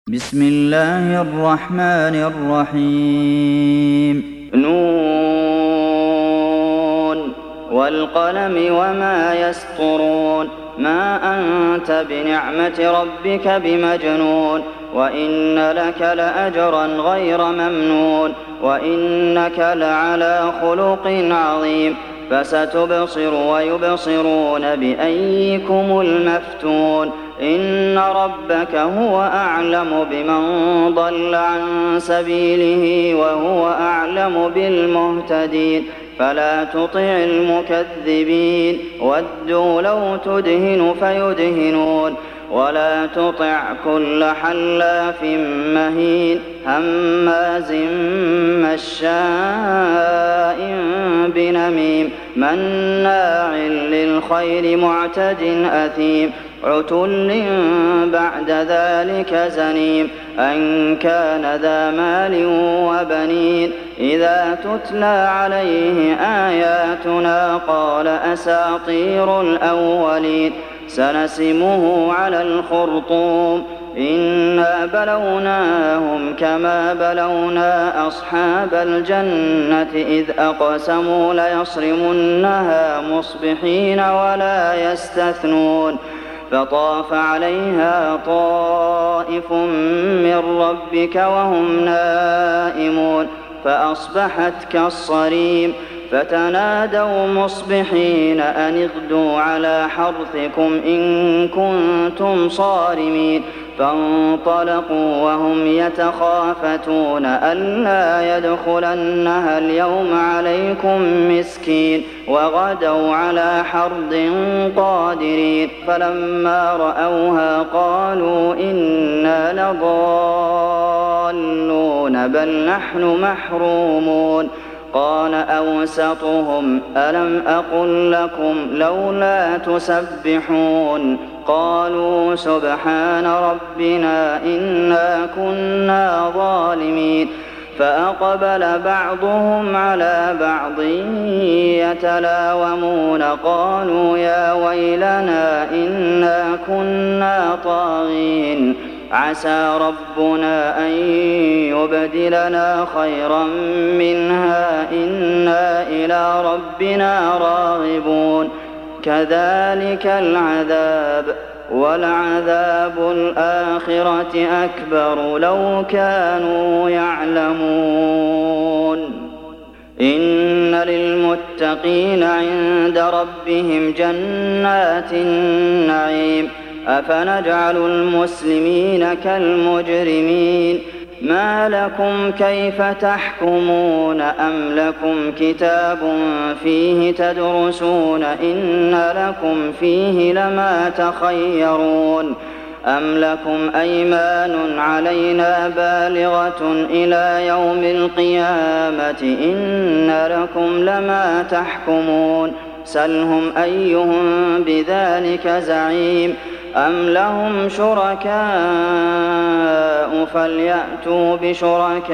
بسم الله الرحمن الرحيم نون والقلم وما يسطرون ما أنت بنعمة ربك بمجنون وإن لك لأجرا غير ممنون وإنك لعلى خلق عظيم فستبصر ويبصرون بأيكم المفتون إن ربك هو أعلم بمن ضل عن سبيله وهو أعلم بالمهتدين فلا تطع المكذبين ودوا لو تدهن فيدهنون ولا تطع كل حلاف مهين هماز مشاء بنميم مناع للخير معتد أثيم عتل بعد ذلك زنيم أن كان ذا مال وبنين إذا تتلى عليه آياتنا قال أساطير الأولين سنسمه على الخرطوم إنا بلوناهم كما بلونا أصحاب الجنة إذ أقسموا ليصرمنها مصبحين ولا يستثنون فطاف عليها طائف من ربك وهم نائمون فأصبحت كالصريم فتنادوا مصبحين أن اغدوا على حرثكم إن كنتم صارمين فانطلقوا وهم يتخافتون ألا يدخلنها اليوم عليكم مسكين وغدوا على حرد قادرين فلما رأوها قالوا إنا لضالون بل نحن محرومون قال أوسطهم ألم أقل لكم لولا تسبحون قالوا سبحان ربنا إنا كنا ظالمين فأقبل بعضهم على بعض يتلاومون قالوا يا ويلنا إنا كنا طاغين عسى ربنا أن يبدلنا خيرا منها إنا إلى ربنا راغبون كذلك العذاب ولعذاب الآخرة أكبر لو كانوا يعلمون إن للمتقين عند ربهم جنات النعيم أفنجعل المسلمين كالمجرمين ما لكم كيف تحكمون أم لكم كتاب فيه تدرسون إن لكم فيه لما تخيرون أم لكم أيمان علينا بالغة إلى يوم القيامة إن لكم لما تحكمون سلهم أيهم بذلك زعيم أم لهم شركاء فليأتوا بشركائهم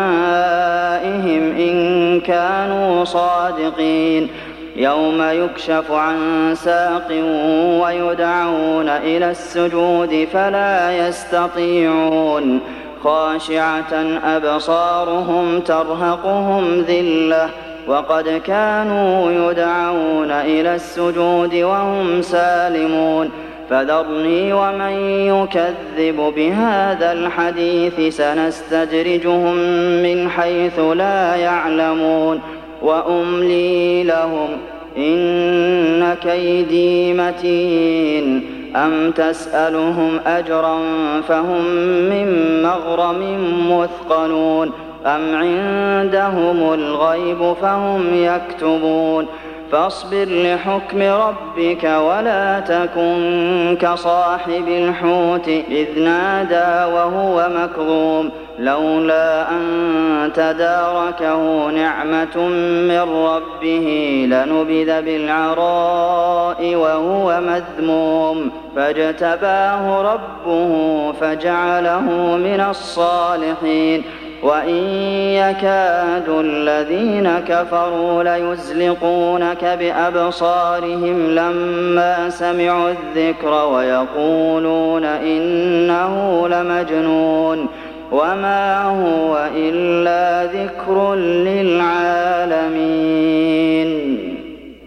إن كانوا صادقين يوم يكشف عن ساق ويدعون إلى السجود فلا يستطيعون خاشعة أبصارهم ترهقهم ذلة وقد كانوا يدعون إلى السجود وهم سالمون فذرني ومن يكذب بهذا الحديث سنستدرجهم من حيث لا يعلمون وأملي لهم إن كيدي متين أم تسألهم أجرا فهم من مغرم مثقلون أم عندهم الغيب فهم يكتبون فاصبر لحكم ربك ولا تكن كصاحب الحوت إذ نادى وهو مكظوم لولا أن تداركه نعمة من ربه لنبذ بالعراء وهو مذموم فاجتباه ربه فجعله من الصالحين وَإِن يَكَادُ الَّذِينَ كَفَرُوا لَيُزْلِقُونَكَ بِأَبْصَارِهِمْ لَمَّا سَمِعُوا الذِّكْرَ وَيَقُولُونَ إِنَّهُ لَمَجْنُونٌ وَمَا هُوَ إِلَّا ذِكْرٌ لِّلْعَالَمِينَ